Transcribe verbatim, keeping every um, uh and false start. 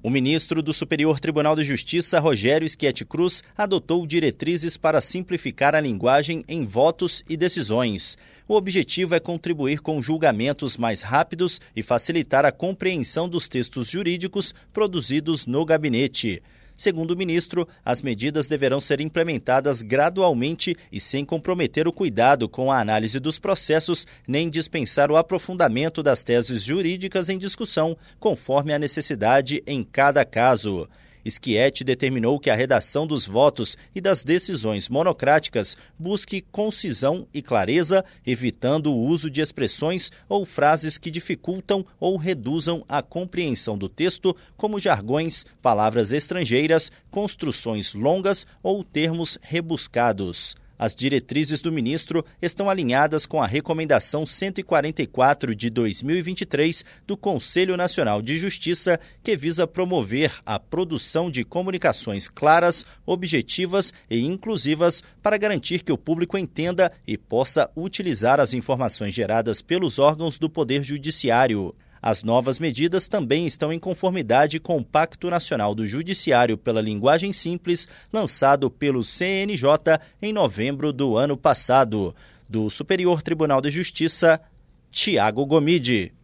O ministro do Superior Tribunal de Justiça, Rogério Schietti Cruz, adotou diretrizes para simplificar a linguagem em votos e decisões. O objetivo é contribuir com julgamentos mais rápidos e facilitar a compreensão dos textos jurídicos produzidos no gabinete. Segundo o ministro, as medidas deverão ser implementadas gradualmente e sem comprometer o cuidado com a análise dos processos, nem dispensar o aprofundamento das teses jurídicas em discussão, conforme a necessidade em cada caso. Schietti determinou que a redação dos votos e das decisões monocráticas busque concisão e clareza, evitando o uso de expressões ou frases que dificultam ou reduzam a compreensão do texto, como jargões, palavras estrangeiras, construções longas ou termos rebuscados. As diretrizes do ministro estão alinhadas com a Recomendação cento e quarenta e quatro de dois mil e vinte e três do Conselho Nacional de Justiça, que visa promover a produção de comunicações claras, objetivas e inclusivas para garantir que o público entenda e possa utilizar as informações geradas pelos órgãos do Poder Judiciário. As novas medidas também estão em conformidade com o Pacto Nacional do Judiciário pela Linguagem Simples, lançado pelo C N J em novembro do ano passado. Do Superior Tribunal de Justiça, Tiago Gomide.